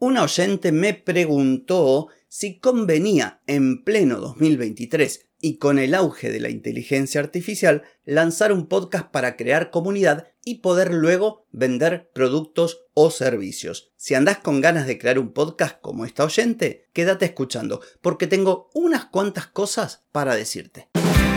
Una oyente me preguntó si convenía en pleno 2023 y con el auge de la inteligencia artificial lanzar un podcast para crear comunidad y poder luego vender productos o servicios. Si andás con ganas de crear un podcast como esta oyente, quédate escuchando porque tengo unas cuantas cosas para decirte.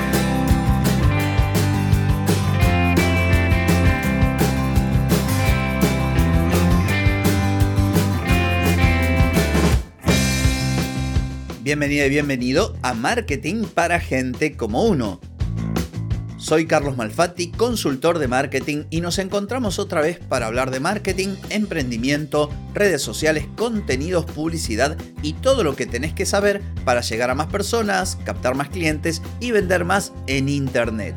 Bienvenida y bienvenido a Marketing para Gente como Uno. Soy Carlos Malfatti, consultor de marketing, y nos encontramos otra vez para hablar de marketing, emprendimiento, redes sociales, contenidos, publicidad y todo lo que tenés que saber para llegar a más personas, captar más clientes y vender más en Internet.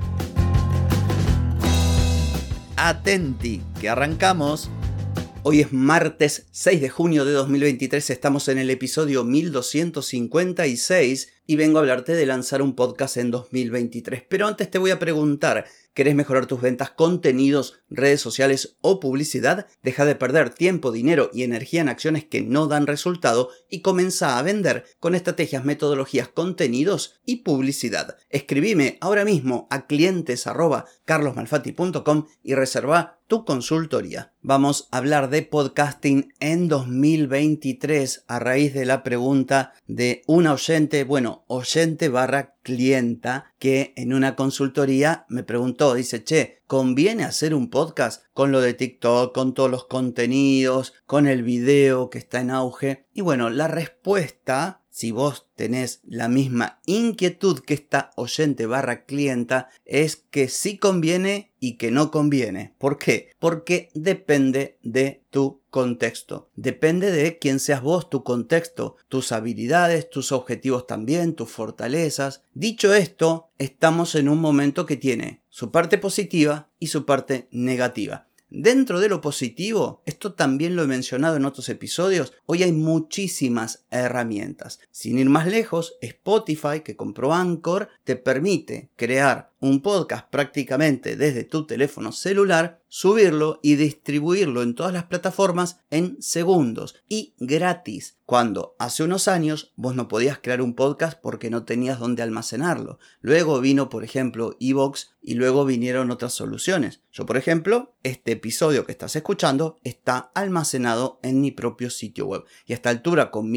Atenti, que arrancamos. Hoy es martes 6 de junio de 2023, estamos en el episodio 1256 y vengo a hablarte de lanzar un podcast en 2023. Pero antes te voy a preguntar, ¿querés mejorar tus ventas, contenidos, redes sociales o publicidad? Deja de perder tiempo, dinero y energía en acciones que no dan resultado y comienza a vender con estrategias, metodologías, contenidos y publicidad. Escribime ahora mismo a clientes@carlosmalfatti.com y reserva tu consultoría. Vamos a hablar de podcasting en 2023 a raíz de la pregunta de una oyente clienta que en una consultoría me preguntó, dice, ¿conviene hacer un podcast con lo de TikTok, con todos los contenidos, con el video que está en auge? Y bueno, la respuesta, si vos tenés la misma inquietud que esta oyente clienta, es que sí conviene y que no conviene. ¿Por qué? Porque depende de tu contexto. Depende de quién seas vos, tu contexto, tus habilidades, tus objetivos también, tus fortalezas. Dicho esto, estamos en un momento que tiene su parte positiva y su parte negativa. Dentro de lo positivo, esto también lo he mencionado en otros episodios, hoy hay muchísimas herramientas. Sin ir más lejos, Spotify, que compró Anchor, te permite crear un podcast prácticamente desde tu teléfono celular, subirlo y distribuirlo en todas las plataformas en segundos y gratis. Cuando hace unos años vos no podías crear un podcast porque no tenías dónde almacenarlo. Luego vino, por ejemplo, iVoox y luego vinieron otras soluciones. Yo, por ejemplo, este episodio que estás escuchando está almacenado en mi propio sitio web. Y a esta altura, con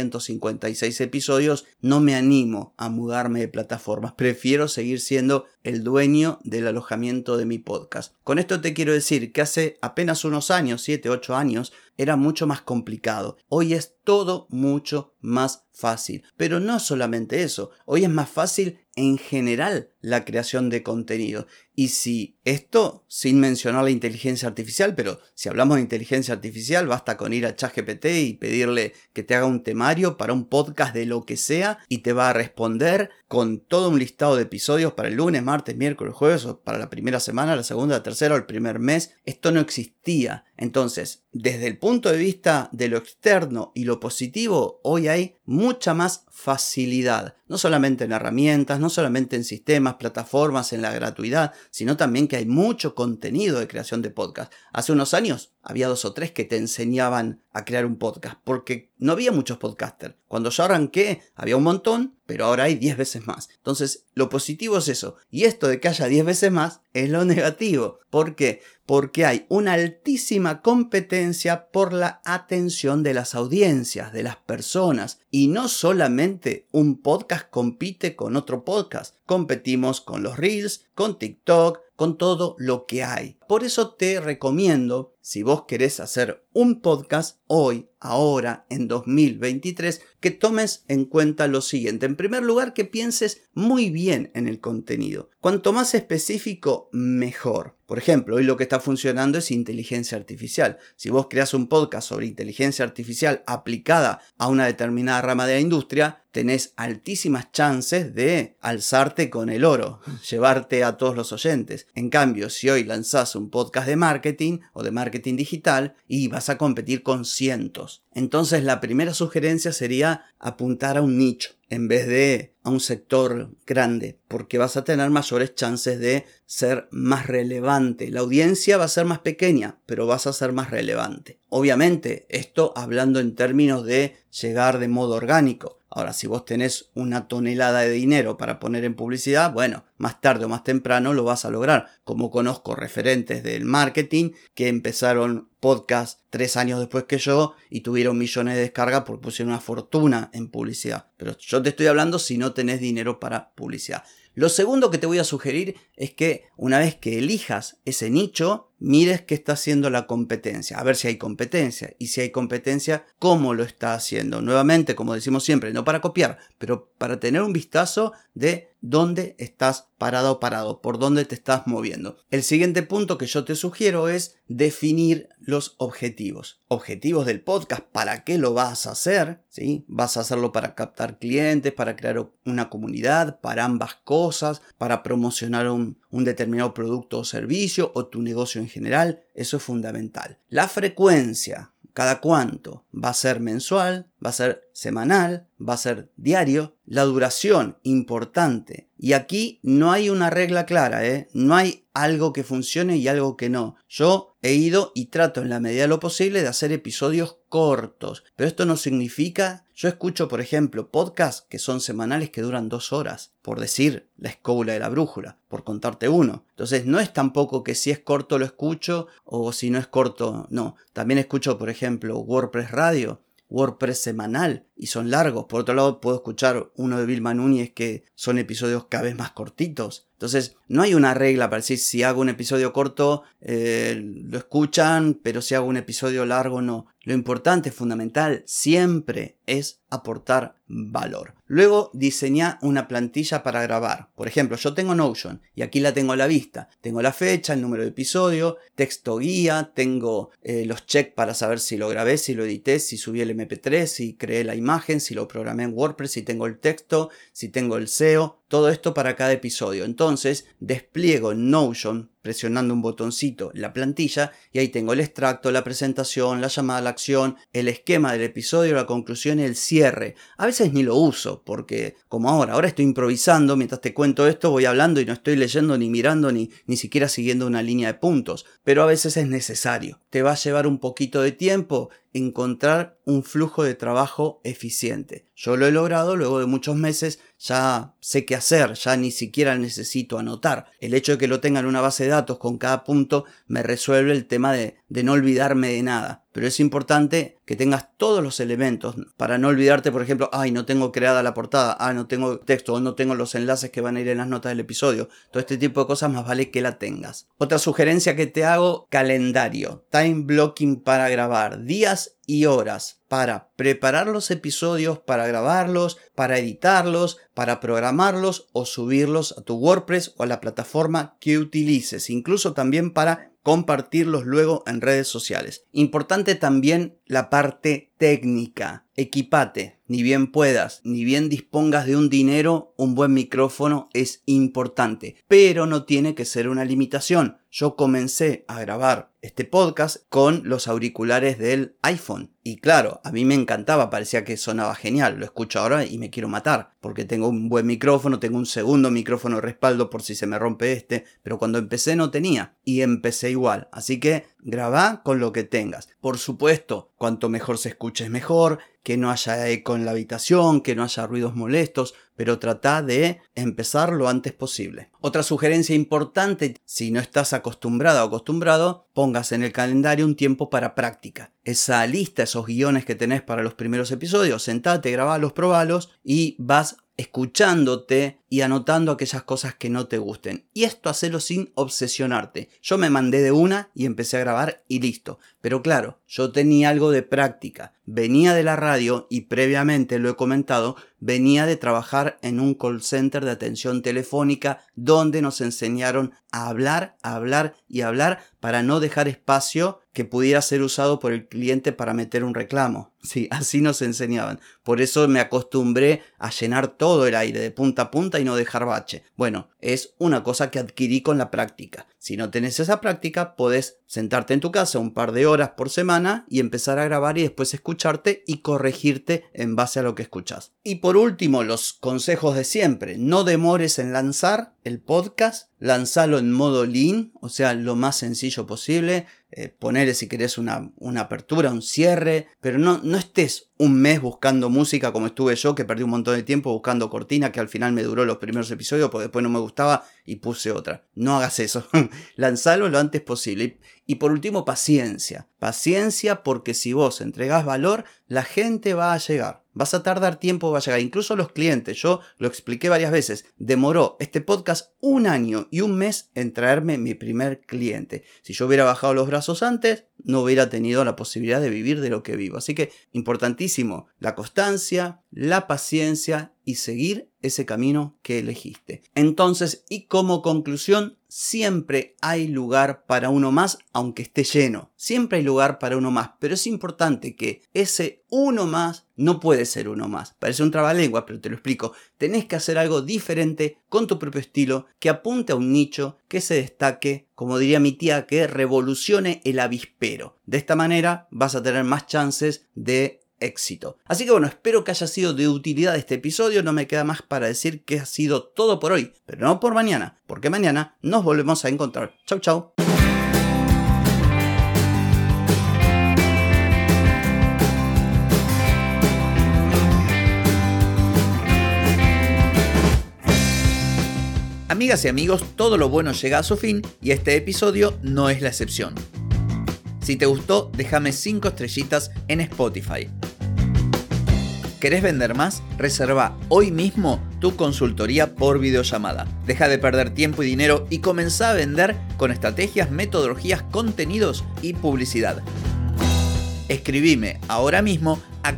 1256 episodios, no me animo a mudarme de plataformas. Prefiero seguir siendo el dueño del alojamiento de mi podcast. Con esto te quiero decir que hace apenas unos años, 7, 8 años, era mucho más complicado. Hoy es todo mucho más fácil. Pero no solamente eso, hoy es más fácil en general la creación de contenido. Y si esto, sin mencionar la inteligencia artificial, pero si hablamos de inteligencia artificial, basta con ir a ChatGPT y pedirle que te haga un temario para un podcast de lo que sea y te va a responder con todo un listado de episodios para el lunes, martes, miércoles, jueves, o para la primera semana, la segunda, la tercera o el primer mes. Esto no existía. Entonces, desde el punto de vista de lo externo y lo positivo, hoy hay mucha más facilidad. No solamente en herramientas, no solamente en sistemas, plataformas, en la gratuidad, sino también que hay mucho contenido de creación de podcast. Hace unos años había 2 o 3 que te enseñaban a crear un podcast, porque no había muchos podcasters. Cuando yo arranqué había un montón, pero ahora hay 10 veces más. Entonces, lo positivo es eso. Y esto de que haya 10 veces más es lo negativo. ¿Por qué? Porque hay una altísima competencia por la atención de las audiencias, de las personas. Y no solamente un podcast compite con otro podcast. Competimos con los Reels, con TikTok, con todo lo que hay. Por eso te recomiendo, si vos querés hacer un podcast hoy, ahora, en 2023, que tomes en cuenta lo siguiente. En primer lugar, que pienses muy bien en el contenido. Cuanto más específico, mejor. Por ejemplo, hoy lo que está funcionando es inteligencia artificial. Si vos creás un podcast sobre inteligencia artificial aplicada a una determinada rama de la industria, tenés altísimas chances de alzarte con el oro, llevarte a todos los oyentes. En cambio, si hoy lanzás un podcast de marketing o de marketing digital y vas a competir con cientos. Entonces, la primera sugerencia sería apuntar a un nicho. en vez de a un sector grande, porque vas a tener mayores chances de ser más relevante. La audiencia va a ser más pequeña, pero vas a ser más relevante. Obviamente, esto hablando en términos de llegar de modo orgánico. Ahora, si vos tenés una tonelada de dinero para poner en publicidad, bueno, más tarde o más temprano lo vas a lograr. Como conozco referentes del marketing que empezaron podcast 3 años después que yo y tuvieron millones de descargas porque pusieron una fortuna en publicidad. Pero yo te estoy hablando si no tenés dinero para publicidad. Lo segundo que te voy a sugerir es que una vez que elijas ese nicho, mires qué está haciendo la competencia, a ver si hay competencia, y si hay competencia, cómo lo está haciendo. Nuevamente, como decimos siempre, no para copiar, pero para tener un vistazo de dónde estás parado, por dónde te estás moviendo. El siguiente punto que yo te sugiero es definir los objetivos. Objetivos del podcast, ¿para qué lo vas a hacer? ¿Sí? ¿Vas a hacerlo para captar clientes, para crear una comunidad, para ambas cosas, para promocionar un determinado producto o servicio o tu negocio en general? Eso es fundamental. La frecuencia, ¿cada cuánto? ¿Va a ser mensual? ¿Va a ser semanal? ¿Va a ser diario? La duración, importante. Y aquí no hay una regla clara, no hay algo que funcione y algo que no. Yo he ido y trato en la medida de lo posible de hacer episodios cortos. Pero esto no significa... Yo escucho, por ejemplo, podcasts que son semanales que duran 2 horas. Por decir, La Escóbula de la Brújula, por contarte uno. Entonces no es tampoco que si es corto lo escucho o si no es corto, no. También escucho, por ejemplo, WordPress Radio, WordPress semanal y son largos. Por otro lado, puedo escuchar uno de Vilma Núñez que son episodios cada vez más cortitos. Entonces, no hay una regla para decir si hago un episodio corto lo escuchan, pero si hago un episodio largo no. Lo importante, fundamental, siempre es aportar valor. Luego, diseñá una plantilla para grabar. Por ejemplo, yo tengo Notion y aquí la tengo a la vista. Tengo la fecha, el número de episodio, texto guía, tengo los checks para saber si lo grabé, si lo edité, si subí el MP3, si creé la imagen, si lo programé en WordPress, si tengo el texto, si tengo el SEO. Todo esto para cada episodio. Entonces, despliego en Notion presionando un botoncito la plantilla y ahí tengo el extracto, la presentación, la llamada a la acción, el esquema del episodio, la conclusión y el cierre. A veces ni lo uso porque como ahora estoy improvisando mientras te cuento esto, voy hablando y no estoy leyendo ni mirando ni siquiera siguiendo una línea de puntos, pero a veces es necesario. Te va a llevar un poquito de tiempo encontrar un flujo de trabajo eficiente. Yo lo he logrado luego de muchos meses, ya sé qué hacer, ya ni siquiera necesito anotar. El hecho de que lo tenga en una base de datos con cada punto me resuelve el tema de no olvidarme de nada. Pero es importante que tengas todos los elementos para no olvidarte, por ejemplo, no tengo creada la portada, no tengo texto o no tengo los enlaces que van a ir en las notas del episodio. Todo este tipo de cosas más vale que la tengas. Otra sugerencia que te hago, calendario, time blocking para grabar, días y horas para preparar los episodios, para grabarlos, para editarlos, para programarlos o subirlos a tu WordPress o a la plataforma que utilices, incluso también para compartirlos luego en redes sociales. Importante también la parte técnica. Equipate, ni bien puedas, ni bien dispongas de un dinero, un buen micrófono es importante, pero no tiene que ser una limitación. Yo comencé a grabar este podcast con los auriculares del iPhone y claro, a mí me encantaba, parecía que sonaba genial, lo escucho ahora y me quiero matar porque tengo un buen micrófono, tengo un segundo micrófono de respaldo por si se me rompe este, pero cuando empecé no tenía y empecé igual, así que grabá con lo que tengas. Por supuesto, cuanto mejor se escuche es mejor, que no haya eco en la habitación, que no haya ruidos molestos, pero trata de empezar lo antes posible. Otra sugerencia importante, si no estás acostumbrada o acostumbrado, pongas en el calendario un tiempo para práctica. Esa lista, esos guiones que tenés para los primeros episodios, sentate, grabalos, probalos y vas escuchándote y anotando aquellas cosas que no te gusten. Y esto hacelo sin obsesionarte. Yo me mandé de una y empecé a grabar y listo. Pero claro, yo tenía algo de práctica. Venía de la radio y previamente, lo he comentado, venía de trabajar en un call center de atención telefónica donde nos enseñaron a hablar y hablar para no dejar espacio que pudiera ser usado por el cliente para meter un reclamo. Sí, así nos enseñaban. Por eso me acostumbré a llenar todo el aire de punta a punta y no dejar bache. Bueno, es una cosa que adquirí con la práctica. Si no tenés esa práctica, podés sentarte en tu casa un par de horas por semana y empezar a grabar y después escucharte y corregirte en base a lo que escuchás. Y por último, los consejos de siempre. No demores en lanzar el podcast. Lanzalo en modo lean, o sea, lo más sencillo posible. Ponele si querés una apertura, un cierre, pero no estés un mes buscando música como estuve yo, que perdí un montón de tiempo buscando cortina, que al final me duró los primeros episodios porque después no me gustaba y puse otra. No hagas eso. Lanzalo lo antes posible. Y por último, paciencia. Paciencia, porque si vos entregás valor, la gente va a llegar. Vas a tardar tiempo, va a llegar. Incluso los clientes, yo lo expliqué varias veces. Demoró este podcast 1 año y 1 mes en traerme mi primer cliente. Si yo hubiera bajado los brazos antes, no hubiera tenido la posibilidad de vivir de lo que vivo. Así que, importantísimo, la constancia, la paciencia y seguir ese camino que elegiste. Entonces, y como conclusión, siempre hay lugar para uno más, aunque esté lleno. Siempre hay lugar para uno más, pero es importante que ese uno más no puede ser uno más. Parece un trabalengua, pero te lo explico. Tenés que hacer algo diferente con tu propio estilo, que apunte a un nicho, que se destaque, como diría mi tía, que revolucione el avispero. De esta manera vas a tener más chances de éxito. Así que bueno, espero que haya sido de utilidad este episodio. No me queda más para decir que ha sido todo por hoy, pero no por mañana, porque mañana nos volvemos a encontrar. Chau, chau. Amigas y amigos, todo lo bueno llega a su fin y este episodio no es la excepción. Si te gustó, déjame 5 estrellitas en Spotify. ¿Querés vender más? Reserva hoy mismo tu consultoría por videollamada. Deja de perder tiempo y dinero y comenzá a vender con estrategias, metodologías, contenidos y publicidad. Escribime ahora mismo a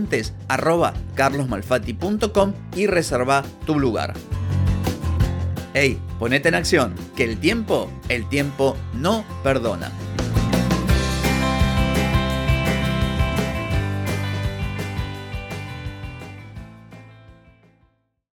clientes@carlosmalfatti.com y reserva tu lugar. Hey, ponete en acción, que el tiempo no perdona.